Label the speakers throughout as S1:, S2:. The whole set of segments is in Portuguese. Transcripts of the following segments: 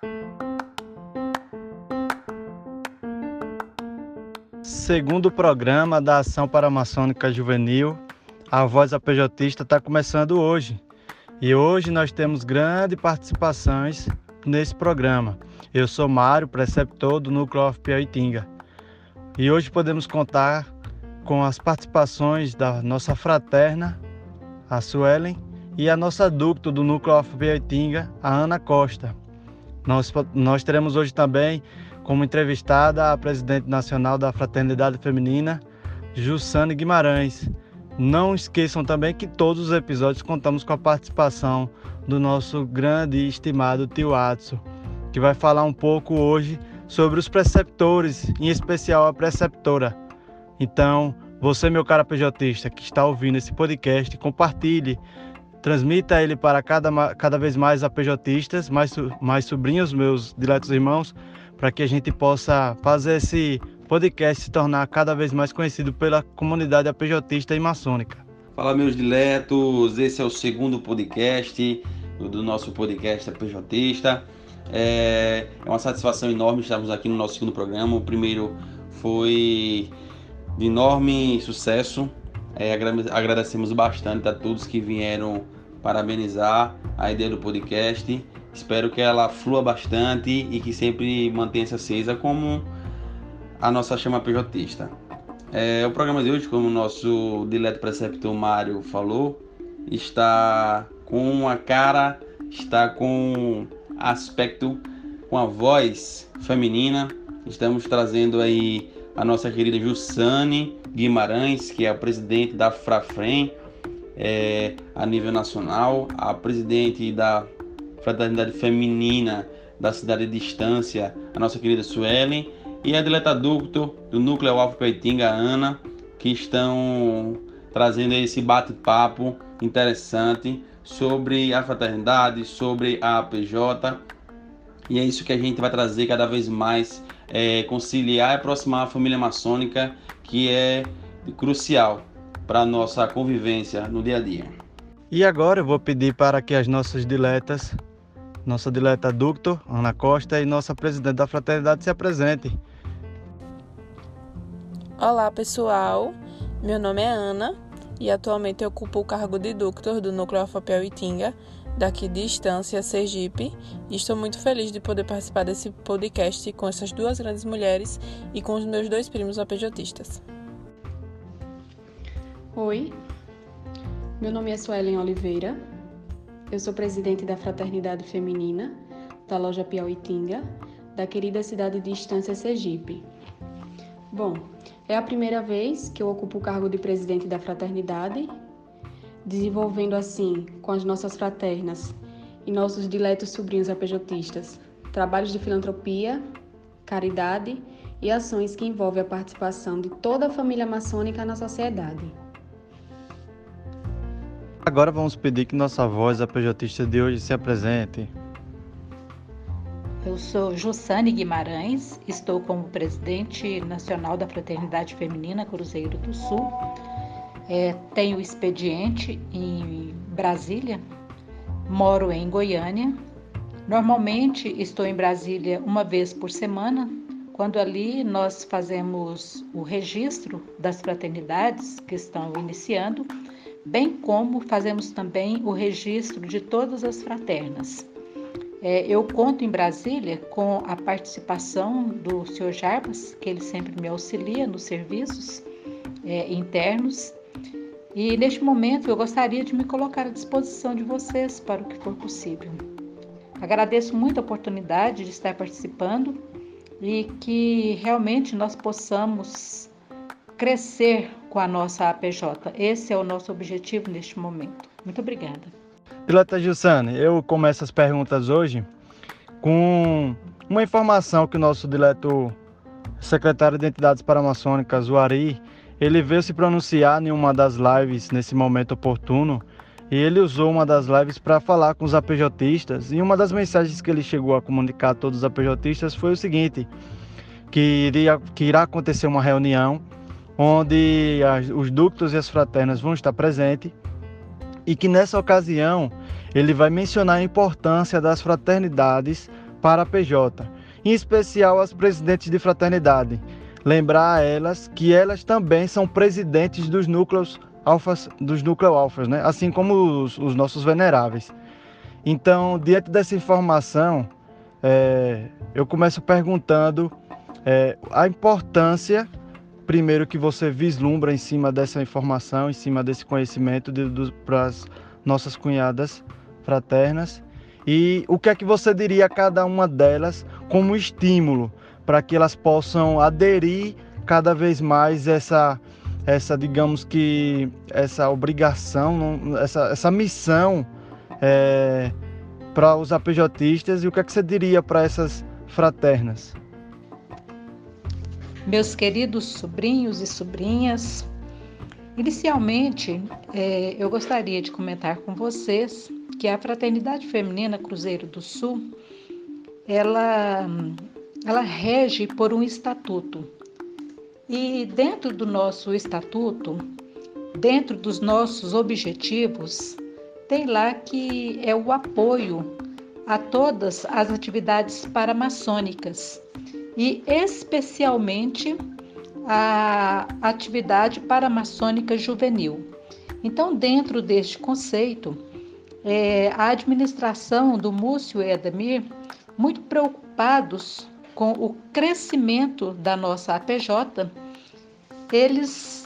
S1: Segundo programa da Ação Paramaçônica Juvenil, a Voz APJista está começando hoje. E hoje nós temos grandes participações nesse programa. Eu sou Mário, preceptor do Núcleo UFPE Piauitinga. E hoje podemos contar com as participações da nossa fraterna, a Suelen, e a nossa ducto do Núcleo UFPE Piauitinga, a Ana Costa. Nós teremos hoje também como entrevistada a presidente nacional da Fraternidade Feminina, Jussane Guimarães. Não esqueçam também que todos os episódios contamos com a participação do nosso grande e estimado tio Adson, que vai falar um pouco hoje sobre os preceptores, em especial a preceptora. Então, você, meu caro APJista, que está ouvindo esse podcast, compartilhe, transmita ele para cada vez mais APJistas, mais sobrinhos, meus diletos irmãos, para que a gente possa fazer esse podcast se tornar cada vez mais conhecido pela comunidade APJista e maçônica.
S2: Fala, meus diletos, esse é o segundo podcast do nosso podcast APJista. É uma satisfação enorme estarmos aqui no nosso segundo programa. O primeiro foi de enorme sucesso. Agradecemos bastante a todos que vieram parabenizar a ideia do podcast. Espero que ela flua bastante e que sempre mantenha-se acesa como a nossa chama PJista. O programa de hoje, como o nosso dileto preceptor Mário falou, está com uma cara, está com aspecto, com a voz feminina. Estamos trazendo aí a nossa querida Jussane Guimarães, que é a presidente da Frafrem a nível nacional, a presidente da Fraternidade Feminina da cidade de Estância, a nossa querida Suelen, e a dileta ducto do Núcleo UFPE Piauitinga, a Ana, que estão trazendo esse bate-papo interessante sobre a fraternidade, sobre a APJ, e é isso que a gente vai trazer cada vez mais, conciliar e aproximar a família maçônica, que é crucial para a nossa convivência no dia a dia.
S1: E agora eu vou pedir para que as nossas diletas, nossa dileta ducto, Ana Costa, e nossa presidente da fraternidade se apresentem.
S3: Olá, pessoal. Meu nome é Ana e atualmente eu ocupo o cargo de ductor do Núcleo UFPE Piauitinga, daqui de Estância, Sergipe, e estou muito feliz de poder participar desse podcast com essas duas grandes mulheres e com os meus dois primos APJistas.
S4: Oi, meu nome é Suelen Oliveira, eu sou presidente da Fraternidade Feminina da loja Piauitinga, da querida cidade de Estância, Sergipe. Bom, é a primeira vez que eu ocupo o cargo de presidente da fraternidade, desenvolvendo assim, com as nossas fraternas e nossos diletos sobrinhos APJistas, trabalhos de filantropia, caridade e ações que envolvem a participação de toda a família maçônica na sociedade.
S1: Agora vamos pedir que nossa voz APJista de hoje se apresente.
S5: Eu sou Jussane Guimarães, estou como presidente nacional da Fraternidade Feminina Cruzeiro do Sul. Tenho expediente em Brasília, moro em Goiânia. Normalmente estou em Brasília uma vez por semana, quando ali nós fazemos o registro das fraternidades que estão iniciando, bem como fazemos também o registro de todas as fraternas. Eu conto em Brasília com a participação do Sr. Jarbas, que ele sempre me auxilia nos serviços internos. E neste momento eu gostaria de me colocar à disposição de vocês para o que for possível. Agradeço muito a oportunidade de estar participando e que realmente nós possamos crescer com a nossa APJ. Esse é o nosso objetivo neste momento. Muito obrigada.
S1: Dileta Jussane, eu começo as perguntas hoje com uma informação que o nosso dileto secretário de Entidades Paramaçônicas, o Ari, ele veio se pronunciar em uma das lives nesse momento oportuno, e ele usou uma das lives para falar com os APJistas, e uma das mensagens que ele chegou a comunicar a todos os APJistas foi o seguinte, que irá acontecer uma reunião onde os ductos e as fraternas vão estar presentes, e que nessa ocasião ele vai mencionar a importância das fraternidades para a PJ, em especial as presidentes de fraternidade. Lembrar a elas que elas também são presidentes dos núcleos alfas, né? Assim como os nossos veneráveis. Então, diante dessa informação, eu começo perguntando a importância, primeiro, que você vislumbra em cima dessa informação, em cima desse conhecimento para as nossas cunhadas fraternas, e o que é que você diria a cada uma delas como estímulo para que elas possam aderir cada vez mais essa digamos que essa obrigação, essa missão para os APJistas, e o que é que você diria para essas fraternas?
S5: Meus queridos sobrinhos e sobrinhas, inicialmente eu gostaria de comentar com vocês que a Fraternidade Feminina Cruzeiro do Sul, ela rege por um estatuto. E dentro do nosso estatuto, dentro dos nossos objetivos, tem lá que é o apoio a todas as atividades paramaçônicas e especialmente a atividade paramaçônica juvenil. Então, dentro deste conceito, a administração do Múcio e Ademir, muito preocupados com o crescimento da nossa APJ, eles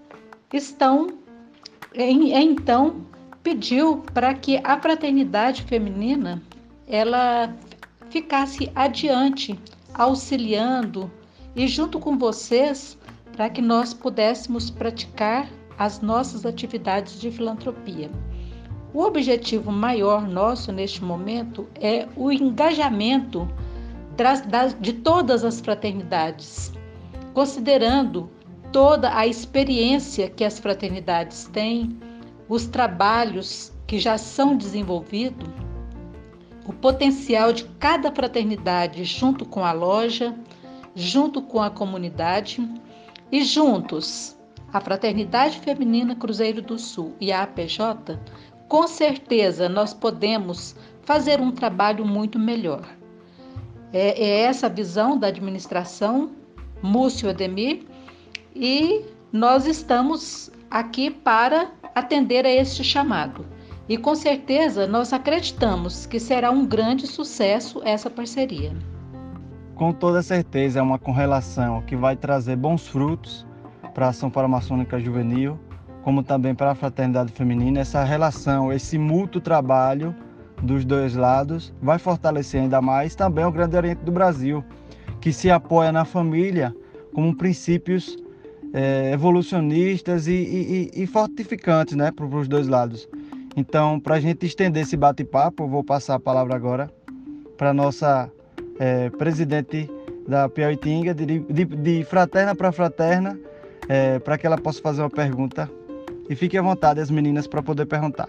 S5: então pediu para que a fraternidade feminina ela ficasse adiante, auxiliando e junto com vocês para que nós pudéssemos praticar as nossas atividades de filantropia. O objetivo maior nosso neste momento é o engajamento de todas as fraternidades, considerando toda a experiência que as fraternidades têm, os trabalhos que já são desenvolvidos, o potencial de cada fraternidade junto com a loja, junto com a comunidade e juntos, a Fraternidade Feminina Cruzeiro do Sul e a APJ, com certeza nós podemos fazer um trabalho muito melhor. É essa a visão da administração Múcio Ademir, e nós estamos aqui para atender a este chamado. E com certeza nós acreditamos que será um grande sucesso essa parceria.
S1: Com toda certeza é uma correlação que vai trazer bons frutos para a Ação Paramaçônica Juvenil, como também para a Fraternidade Feminina. Essa relação, esse mútuo trabalho dos dois lados vai fortalecer ainda mais também o Grande Oriente do Brasil, que se apoia na família como princípios evolucionistas e fortificantes, né, para os dois lados. Então, para a gente estender esse bate-papo, eu vou passar a palavra agora para a nossa presidente da Piauitinga, de fraterna para fraterna, para que ela possa fazer uma pergunta. E fiquem à vontade as meninas para poder perguntar.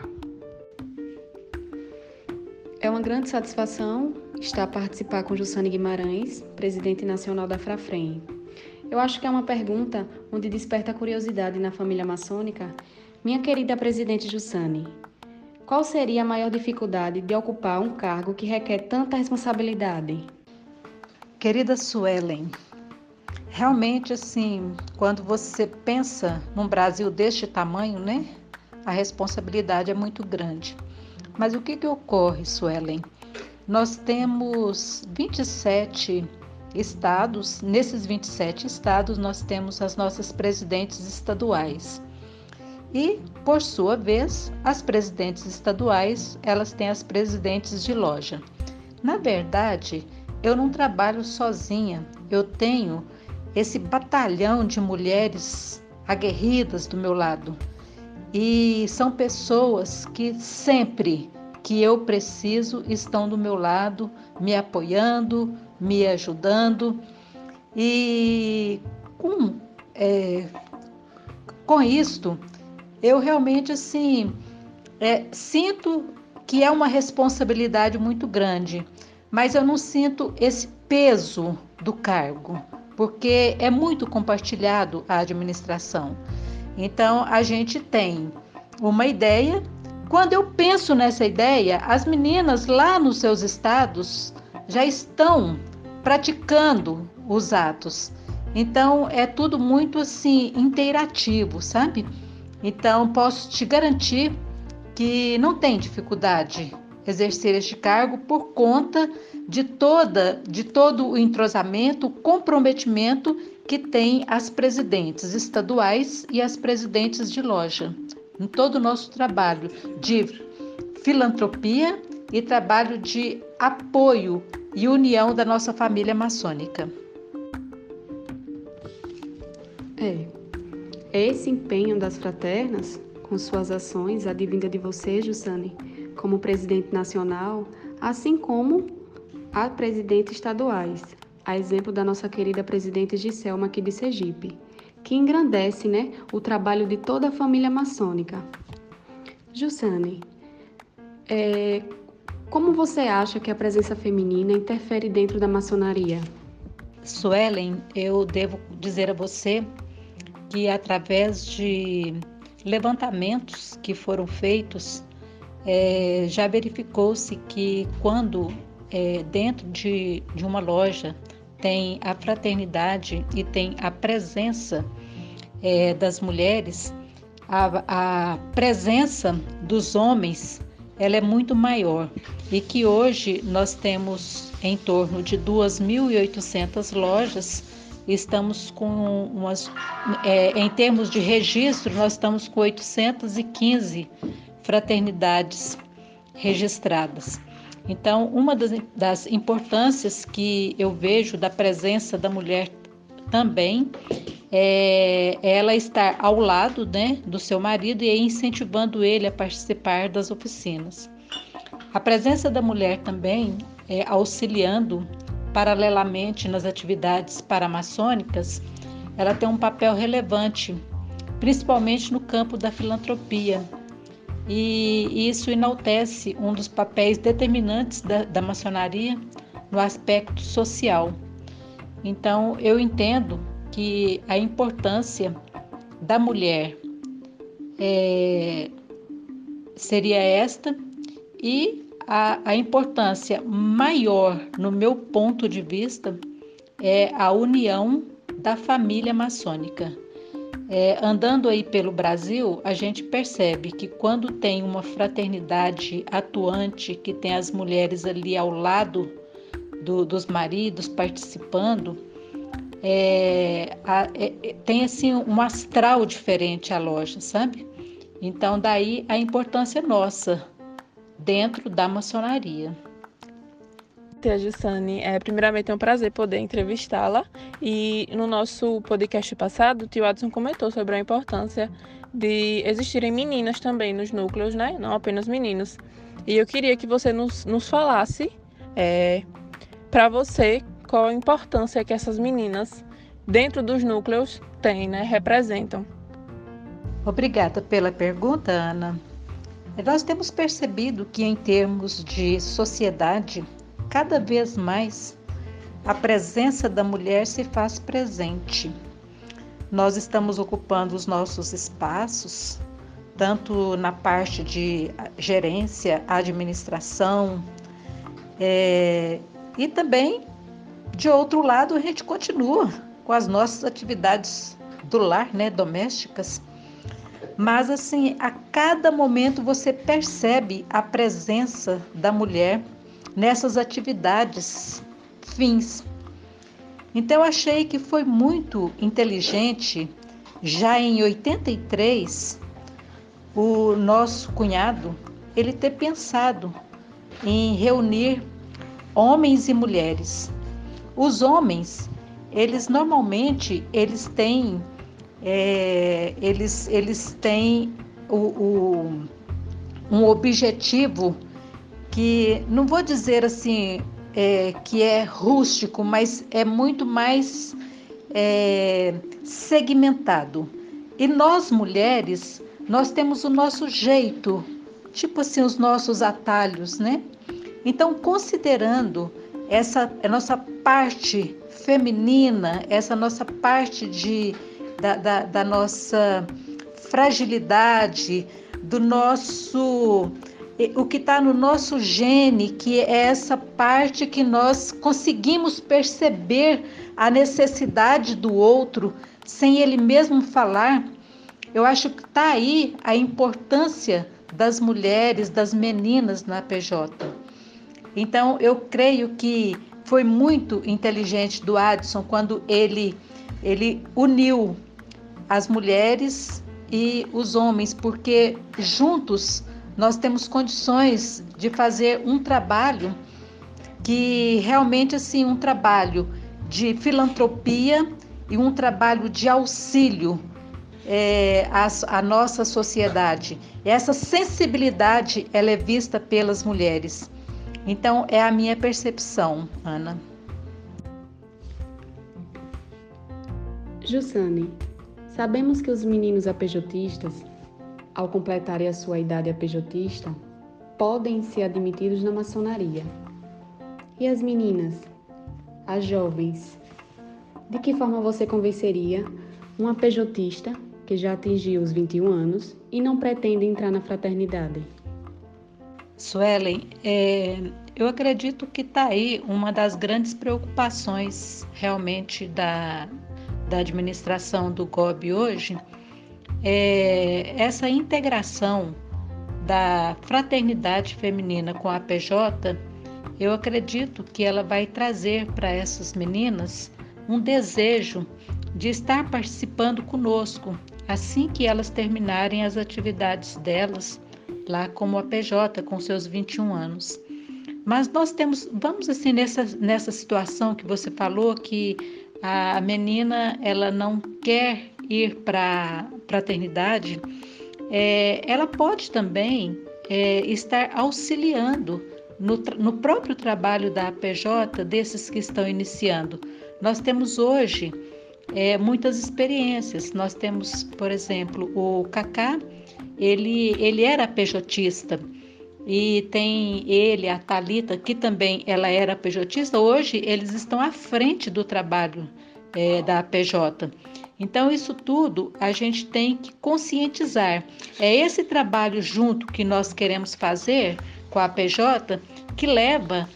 S4: É uma grande satisfação estar a participar com Jussane Guimarães, presidente nacional da Frafrem. Eu acho que é uma pergunta onde desperta a curiosidade na família maçônica. Minha querida presidente Jussane, qual seria a maior dificuldade de ocupar um cargo que requer tanta responsabilidade?
S5: Querida Suelen, realmente assim, quando você pensa num Brasil deste tamanho, né, a responsabilidade é muito grande. Mas o que ocorre, Suelen? Nós temos 27 estados, nesses 27 estados nós temos as nossas presidentes estaduais. E, por sua vez, as presidentes estaduais, elas têm as presidentes de loja. Na verdade, eu não trabalho sozinha, eu tenho esse batalhão de mulheres aguerridas do meu lado. E são pessoas que sempre que eu preciso estão do meu lado, me apoiando, me ajudando. E com isto, eu realmente assim, sinto que é uma responsabilidade muito grande, mas eu não sinto esse peso do cargo, porque é muito compartilhado a administração. Então, a gente tem uma ideia. Quando eu penso nessa ideia, as meninas lá nos seus estados já estão praticando os atos. Então, é tudo muito assim, interativo, sabe? Então, posso te garantir que não tem dificuldade exercer este cargo por conta de todo o entrosamento, o comprometimento que tem as presidentes estaduais e as presidentes de loja, em todo o nosso trabalho de filantropia e trabalho de apoio e união da nossa família maçônica.
S4: Esse empenho das fraternas, com suas ações, advinda de você, Jussane, como presidente nacional, assim como a presidente estaduais, a exemplo da nossa querida presidente Giselma aqui de Sergipe, que engrandece, o trabalho de toda a família maçônica. Jussane, como você acha que a presença feminina interfere dentro da maçonaria?
S5: Suelen, eu devo dizer a você que através de levantamentos que foram feitos, já verificou-se que quando dentro de uma loja tem a fraternidade e tem a presença das mulheres, a presença dos homens ela é muito maior, e que hoje nós temos em torno de 2.800 lojas. Estamos com em termos de registro, nós estamos com 815 fraternidades registradas. Então, uma das importâncias que eu vejo da presença da mulher também é ela estar ao lado, do seu marido e incentivando ele a participar das oficinas. A presença da mulher também auxiliando paralelamente nas atividades paramaçônicas, ela tem um papel relevante, principalmente no campo da filantropia. E isso enaltece um dos papéis determinantes da maçonaria no aspecto social. Então, eu entendo que a importância da mulher seria esta, e a importância maior, no meu ponto de vista, é a união da família maçônica. Andando aí pelo Brasil, a gente percebe que quando tem uma fraternidade atuante, que tem as mulheres ali ao lado dos maridos participando, tem assim um astral diferente a loja, sabe? Então daí a importância nossa dentro da maçonaria.
S3: Tia Jussane, primeiramente é um prazer poder entrevistá-la, e no nosso podcast passado o tio Adson comentou sobre a importância de existirem meninas também nos núcleos, não apenas meninos, e eu queria que você nos falasse para você qual a importância que essas meninas dentro dos núcleos têm, representam.
S5: Obrigada pela pergunta, Ana. Nós temos percebido que em termos de sociedade, cada vez mais a presença da mulher se faz presente. Nós estamos ocupando os nossos espaços, tanto na parte de gerência, administração, e também, de outro lado, a gente continua com as nossas atividades do lar, domésticas. Mas, assim, a cada momento você percebe a presença da mulher nessas atividades fins. Então, eu achei que foi muito inteligente, já em 83, o nosso cunhado, ele ter pensado em reunir homens e mulheres. Os homens, eles normalmente, eles têm um objetivo que, não vou dizer assim, que é rústico, mas é muito mais segmentado. E nós, mulheres, nós temos o nosso jeito, tipo assim, os nossos atalhos, Então, considerando a nossa parte feminina, essa nossa parte da nossa fragilidade, do nosso o que está no nosso gene, que é essa parte que nós conseguimos perceber a necessidade do outro sem ele mesmo falar. Eu acho que está aí a importância das mulheres, das meninas na PJ. Então, eu creio que foi muito inteligente do Adson quando ele uniu as mulheres e os homens, porque juntos nós temos condições de fazer um trabalho que realmente, assim, um trabalho de filantropia e um trabalho de auxílio à nossa sociedade. Essa sensibilidade, ela é vista pelas mulheres. Então, é a minha percepção, Ana.
S4: Jussane, sabemos que os meninos APJistas, ao completarem a sua idade APJista, podem ser admitidos na maçonaria. E as meninas, as jovens, de que forma você convenceria um APJista que já atingiu os 21 anos e não pretende entrar na fraternidade?
S5: Suelen, eu acredito que está aí uma das grandes preocupações realmente da administração do GOB hoje, essa integração da fraternidade feminina com a PJ. Eu acredito que ela vai trazer para essas meninas um desejo de estar participando conosco assim que elas terminarem as atividades delas lá como a PJ, com seus 21 anos. Mas nós vamos assim, nessa situação que você falou, que a menina ela não quer ir para a fraternidade, ela pode também estar auxiliando no próprio trabalho da PJ, desses que estão iniciando. Nós temos hoje muitas experiências. Nós temos, por exemplo, o Cacá, ele era PJista, e tem ele, a Thalita, que também ela era PJista. Hoje eles estão à frente do trabalho da PJ. Então, isso tudo a gente tem que conscientizar. É esse trabalho junto que nós queremos fazer com a PJ que leva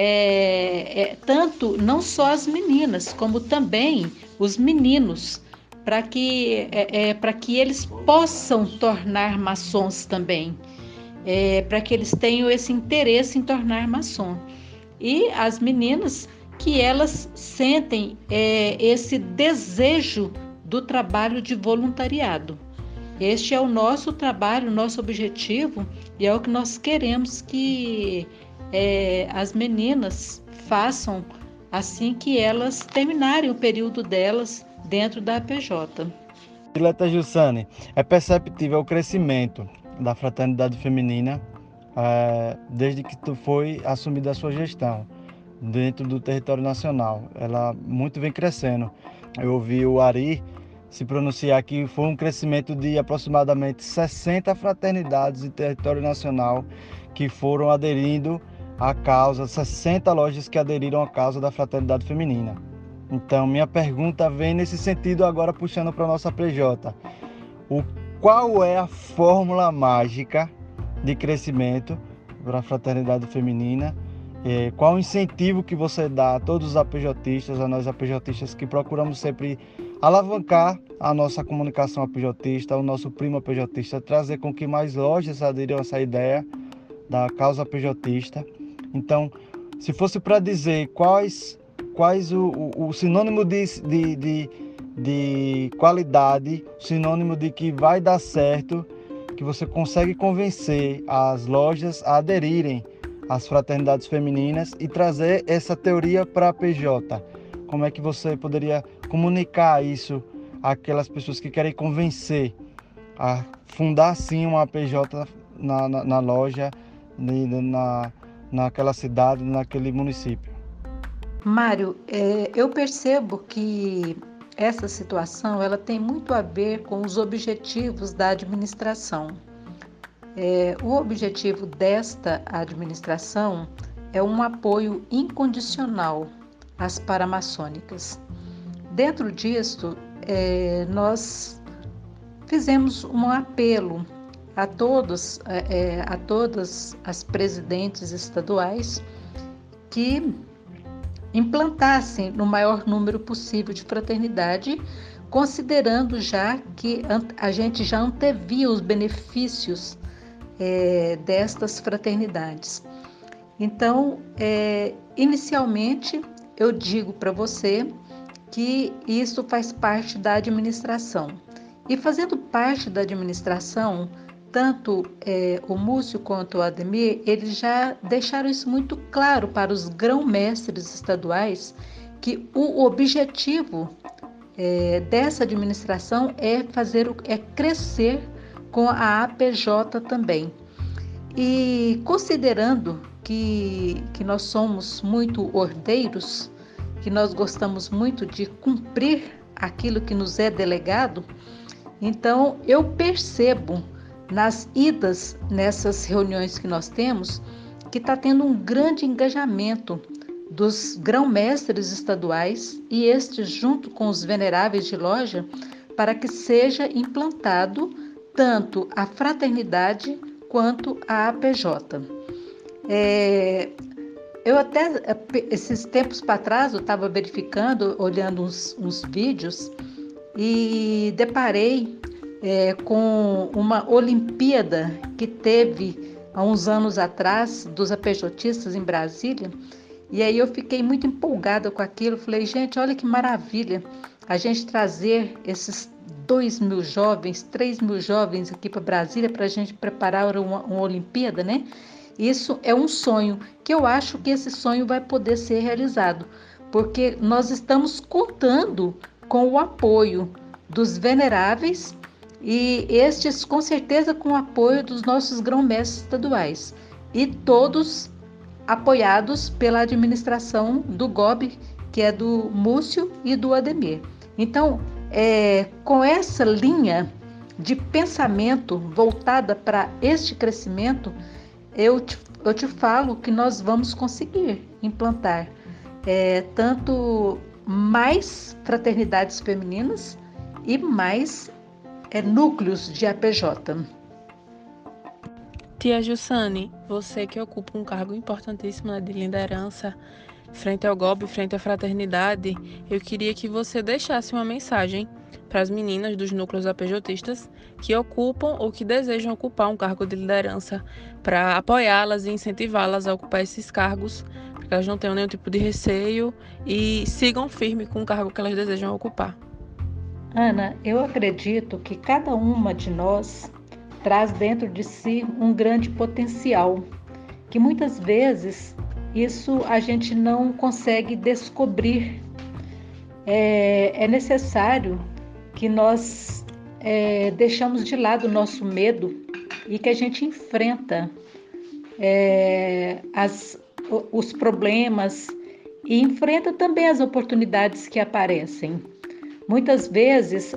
S5: tanto não só as meninas, como também os meninos, para que eles possam tornar maçons também, para que eles tenham esse interesse em tornar maçom. E as meninas, que elas sentem esse desejo do trabalho de voluntariado. Este é o nosso trabalho, o nosso objetivo, e é o que nós queremos que as meninas façam assim que elas terminarem o período delas dentro da PJ.
S1: Dileta Jussane, é perceptível o crescimento da fraternidade feminina desde que tu foi assumida a sua gestão dentro do território nacional. Ela muito vem crescendo. Eu ouvi o Ari se pronunciar que foi um crescimento de aproximadamente 60 fraternidades em território nacional que foram aderindo à causa, 60 lojas que aderiram à causa da fraternidade feminina. Então, minha pergunta vem nesse sentido agora, puxando para a nossa PJ. Qual é a fórmula mágica de crescimento para a fraternidade feminina? Qual o incentivo que você dá a todos os APJistas, a nós APJistas que procuramos sempre alavancar a nossa comunicação APJista, o nosso primo APJista, trazer com que mais lojas aderiram a essa ideia da causa APJista? Então, se fosse para dizer quais o sinônimo de qualidade, sinônimo de que vai dar certo, que você consegue convencer as lojas a aderirem às fraternidades femininas e trazer essa teoria para a PJ. Como é que você poderia comunicar isso àquelas pessoas que querem convencer a fundar sim uma PJ na loja, naquela cidade, naquele município?
S5: Mário, eu percebo que essa situação ela tem muito a ver com os objetivos da administração. O objetivo desta administração é um apoio incondicional às paramaçônicas. Dentro disto, nós fizemos um apelo a todas as presidentes estaduais que implantassem no maior número possível de fraternidade, considerando já que a gente já antevia os benefícios destas fraternidades. Então, inicialmente, eu digo para você que isso faz parte da administração. E fazendo parte da administração, tanto o Múcio quanto o Ademir, eles já deixaram isso muito claro para os grão-mestres estaduais, que o objetivo dessa administração é crescer com a APJ também. E considerando que nós somos muito ordeiros, que nós gostamos muito de cumprir aquilo que nos é delegado, então eu percebo nas idas nessas reuniões que nós temos que está tendo um grande engajamento dos grão-mestres estaduais e estes junto com os veneráveis de loja para que seja implantado tanto a fraternidade quanto a APJ. Eu até, esses tempos para trás, eu estava verificando, olhando uns vídeos e deparei com uma Olimpíada que teve há uns anos atrás dos APJistas em Brasília, e aí eu fiquei muito empolgada com aquilo. Falei, gente, olha que maravilha a gente trazer esses 2.000 jovens, 3.000 jovens aqui para Brasília para a gente preparar uma Olimpíada, né? Isso é um sonho, que eu acho que esse sonho vai poder ser realizado, porque nós estamos contando com o apoio dos veneráveis e estes, com certeza, com o apoio dos nossos grão-mestres estaduais e todos apoiados pela administração do GOB, que é do Múcio e do Ademir. Então, com essa linha de pensamento voltada para este crescimento, eu te falo que nós vamos conseguir implantar tanto mais fraternidades femininas e mais núcleos de APJ.
S3: Tia Jussane, você que ocupa um cargo importantíssimo de liderança frente ao GOB, frente à fraternidade, eu queria que você deixasse uma mensagem para as meninas dos núcleos APJistas que ocupam ou que desejam ocupar um cargo de liderança, para apoiá-las e incentivá-las a ocupar esses cargos, para que elas não tenham nenhum tipo de receio e sigam firme com o cargo que elas desejam ocupar.
S5: Ana, eu acredito que cada uma de nós traz dentro de si um grande potencial, que muitas vezes isso a gente não consegue descobrir. É necessário que nós deixamos de lado o nosso medo e que a gente enfrenta os problemas e enfrenta também as oportunidades que aparecem. Muitas vezes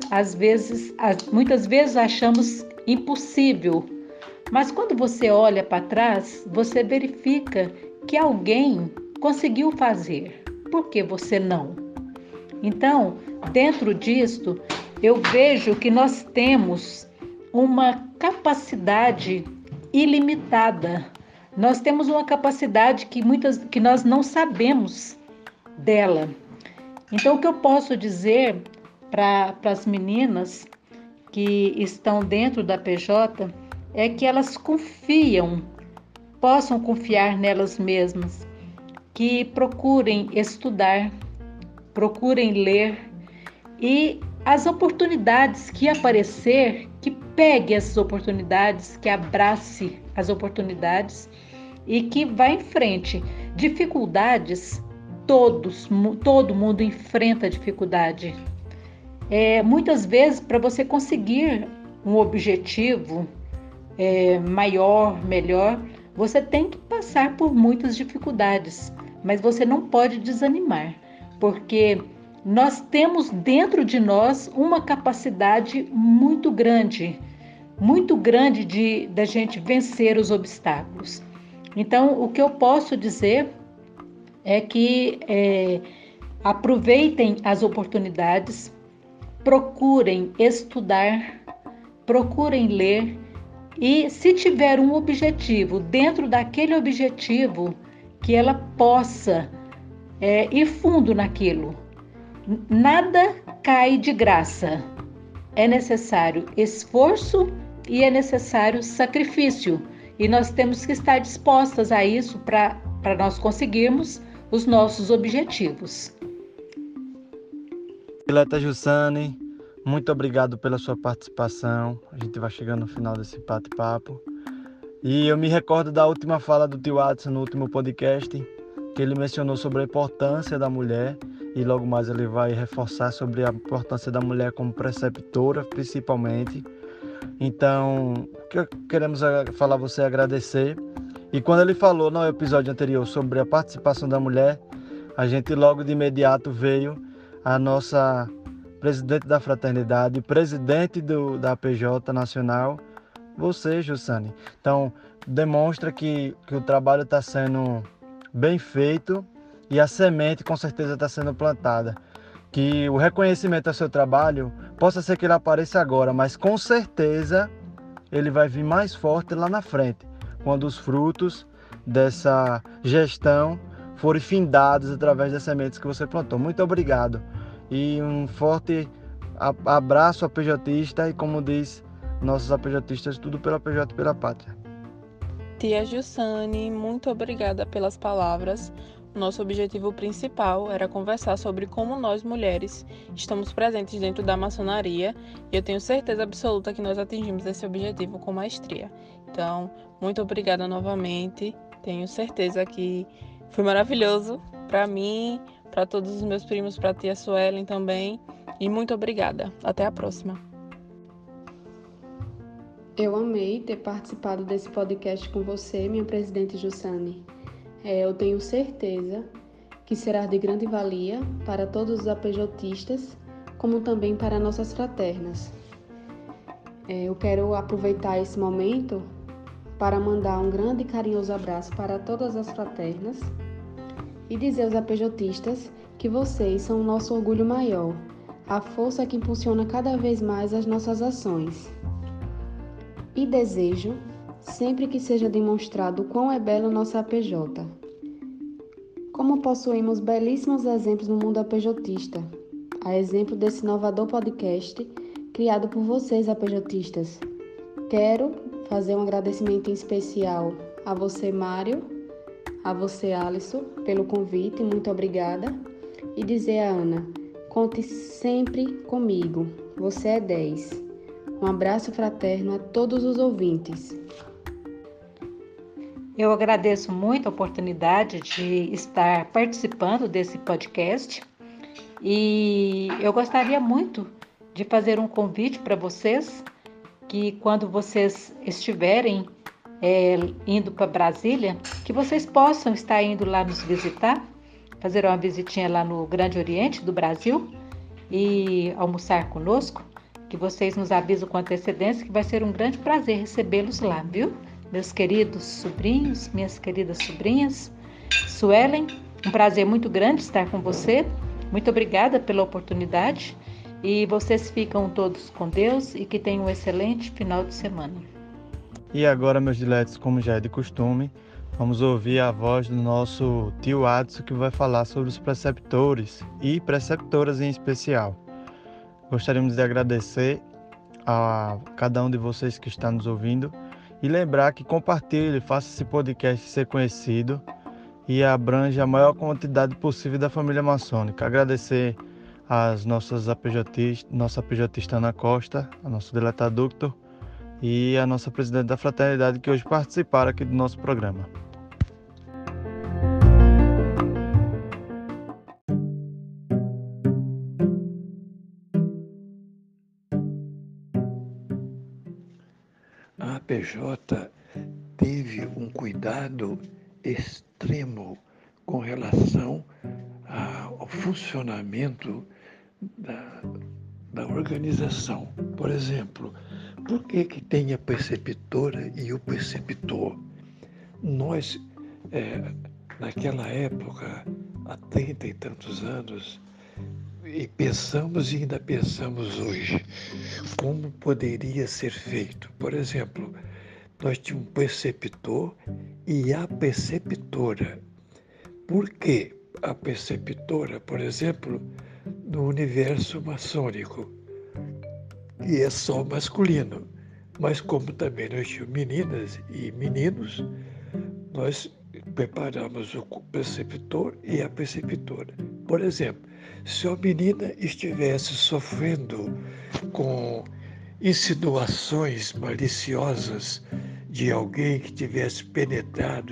S5: achamos impossível, mas quando você olha para trás, você verifica que alguém conseguiu fazer. Por que você não? Então, dentro disto, eu vejo que nós temos uma capacidade ilimitada. Nós temos uma capacidade que nós não sabemos dela. Então, o que eu posso dizer para as meninas que estão dentro da PJ é que elas possam confiar nelas mesmas, que procurem estudar, procurem ler e as oportunidades que aparecer, que pegue essas oportunidades, que abrace as oportunidades e que vá em frente. Dificuldades, todo mundo enfrenta dificuldade. Muitas vezes, para você conseguir um objetivo maior, melhor, você tem que passar por muitas dificuldades, mas você não pode desanimar, porque nós temos dentro de nós uma capacidade muito grande da gente vencer os obstáculos. Então, o que eu posso dizer é que aproveitem as oportunidades, procurem estudar, procurem ler E se tiver um objetivo, dentro daquele objetivo, que ela possa ir fundo naquilo. Nada cai de graça. É necessário esforço e é necessário sacrifício. E nós temos que estar dispostas a isso para nós conseguirmos os nossos objetivos.
S1: Dileta Jussane, muito obrigado pela sua participação. A gente vai chegando no final desse bate-papo. E eu me recordo da última fala do tio Adson no último podcast, que ele mencionou sobre a importância da mulher, e logo mais ele vai reforçar sobre a importância da mulher como preceptora, principalmente. Então, o que queremos falar a você é agradecer. E quando ele falou no episódio anterior sobre a participação da mulher, a gente logo de imediato veio a nossa presidente da fraternidade, presidente da PJ Nacional, você, Jussane. Então, demonstra que o trabalho está sendo bem feito e a semente com certeza está sendo plantada. Que o reconhecimento ao seu trabalho possa ser que ele apareça agora, mas com certeza ele vai vir mais forte lá na frente, quando os frutos dessa gestão forem findados através das sementes que você plantou. Muito obrigado e um forte abraço APJista e, como diz nossos APJistas, tudo pela PJ e pela pátria.
S3: Tia Jussane, muito obrigada pelas palavras. Nosso objetivo principal era conversar sobre como nós, mulheres, estamos presentes dentro da maçonaria e eu tenho certeza absoluta que nós atingimos esse objetivo com maestria. Então, muito obrigada novamente. Tenho certeza que foi maravilhoso para mim, para todos os meus primos, para a tia Suelen também. E muito obrigada. Até a próxima.
S4: Eu amei ter participado desse podcast com você, minha presidente Jussane. Eu tenho certeza que será de grande valia para todos os APJistas, como também para nossas fraternas. Eu quero aproveitar esse momento para mandar um grande e carinhoso abraço para todas as fraternas e dizer aos APJistas que vocês são o nosso orgulho maior, a força que impulsiona cada vez mais as nossas ações. E desejo sempre que seja demonstrado o quão é bela nossa APJ. Como possuímos belíssimos exemplos no mundo APJista, a exemplo desse inovador podcast criado por vocês, APJistas. Quero fazer um agradecimento em especial a você, Mário, a você, Alisson, pelo convite, muito obrigada. E dizer a Ana, conte sempre comigo, você é 10. Um abraço fraterno a todos os ouvintes.
S5: Eu agradeço muito a oportunidade de estar participando desse podcast e eu gostaria muito de fazer um convite para vocês que quando vocês estiverem indo para Brasília, que vocês possam estar indo lá nos visitar, fazer uma visitinha lá no Grande Oriente do Brasil e almoçar conosco, que vocês nos avisam com antecedência que vai ser um grande prazer recebê-los lá, viu? Meus queridos sobrinhos, minhas queridas sobrinhas, Suelen, um prazer muito grande estar com você. Muito obrigada pela oportunidade e vocês ficam todos com Deus e que tenham um excelente final de semana.
S1: E agora, meus diletos, como já é de costume, vamos ouvir a voz do nosso tio Adson, que vai falar sobre os preceptores e preceptoras em especial. Gostaríamos de agradecer a cada um de vocês que está nos ouvindo e lembrar que compartilhe, faça esse podcast ser conhecido e abrange a maior quantidade possível da família maçônica. Agradecer às nossas APJistas, nossa APJista Ana Costa, a nossa Dileta Ductor e a nossa presidente da fraternidade que hoje participaram aqui do nosso programa.
S6: A APJ teve um cuidado extremo com relação ao funcionamento da organização. Por exemplo, por que tem a preceptora e o preceptor? Nós, naquela época, há 30 e tantos anos, e pensamos e ainda pensamos hoje como poderia ser feito. Por exemplo, nós tínhamos um preceptor e a preceptora. Por quê? A preceptora, por exemplo, no universo maçônico, que é só masculino, mas como também nós tínhamos meninas e meninos, nós preparamos o preceptor e a preceptora. Por exemplo, se a menina estivesse sofrendo com insinuações maliciosas de alguém que tivesse penetrado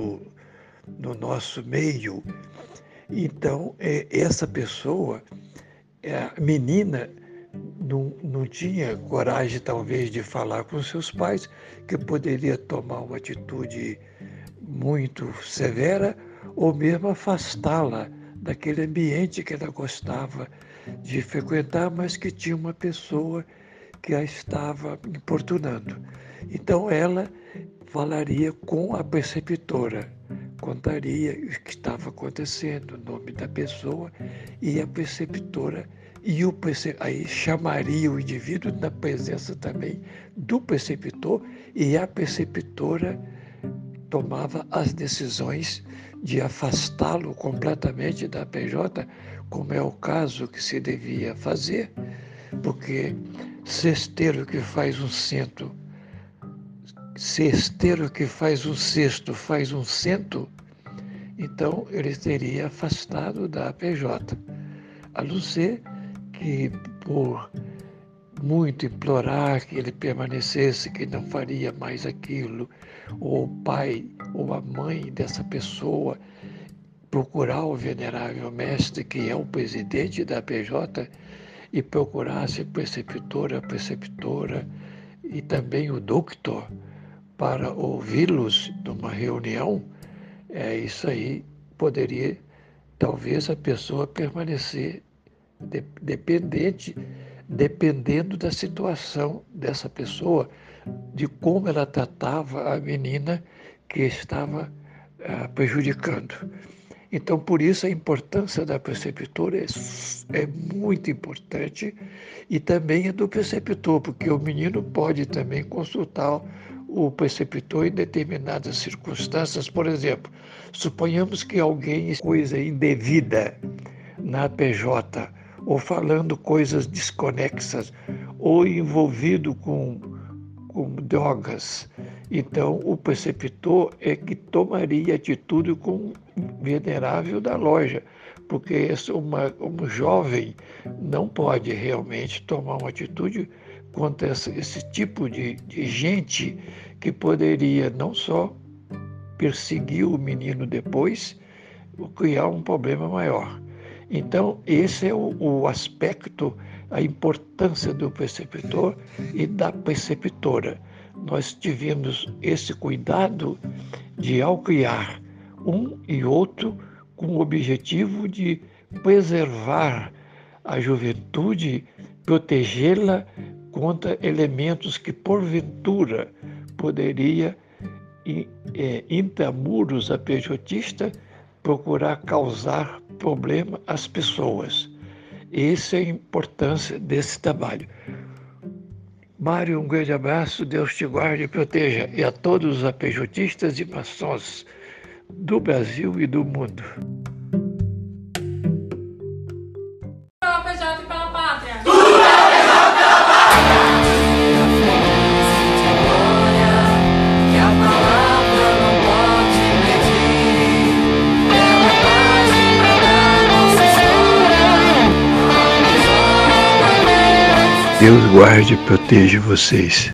S6: no nosso meio, então essa pessoa, a menina, não tinha coragem, talvez, de falar com seus pais, que poderia tomar uma atitude muito severa ou mesmo afastá-la daquele ambiente que ela gostava de frequentar, mas que tinha uma pessoa que a estava importunando. Então ela falaria com a preceptora, contaria o que estava acontecendo, o nome da pessoa, e a preceptora aí chamaria o indivíduo na presença também do preceptor, e a preceptora tomava as decisões de afastá-lo completamente da PJ, como é o caso que se devia fazer, porque cesteiro que faz um cento, cesteiro que faz um cesto, faz um cento, então ele teria afastado da PJ, a não ser que por muito implorar que ele permanecesse, que não faria mais aquilo, ou o pai ou a mãe dessa pessoa procurar o venerável mestre, que é o presidente da PJ, e procurasse a preceptora e também o doutor para ouvi-los numa reunião, isso aí poderia, talvez, a pessoa permanecer dependendo da situação dessa pessoa, de como ela tratava a menina que estava prejudicando. Então, por isso, a importância da preceptora é muito importante, e também a do preceptor, porque o menino pode também consultar o preceptor em determinadas circunstâncias. Por exemplo, suponhamos que alguém coisa indevida na PJ, ou falando coisas desconexas, ou envolvido com drogas. Então, o preceptor é que tomaria atitude com o venerável da loja, porque um jovem não pode realmente tomar uma atitude contra esse tipo de gente que poderia não só perseguir o menino depois, ou criar um problema maior. Então, esse é o aspecto, a importância do preceptor e da preceptora. Nós tivemos esse cuidado de, ao criar um e outro, com o objetivo de preservar a juventude, protegê-la contra elementos que, porventura, poderia, intramuros a pejotista, procurar causar problema às pessoas. Essa é a importância desse trabalho. Mário, um grande abraço, Deus te guarde e proteja, e a todos os apejotistas e maçons do Brasil e do mundo.
S7: Pela PJ e pela pátria!
S6: Deus guarde e proteja vocês.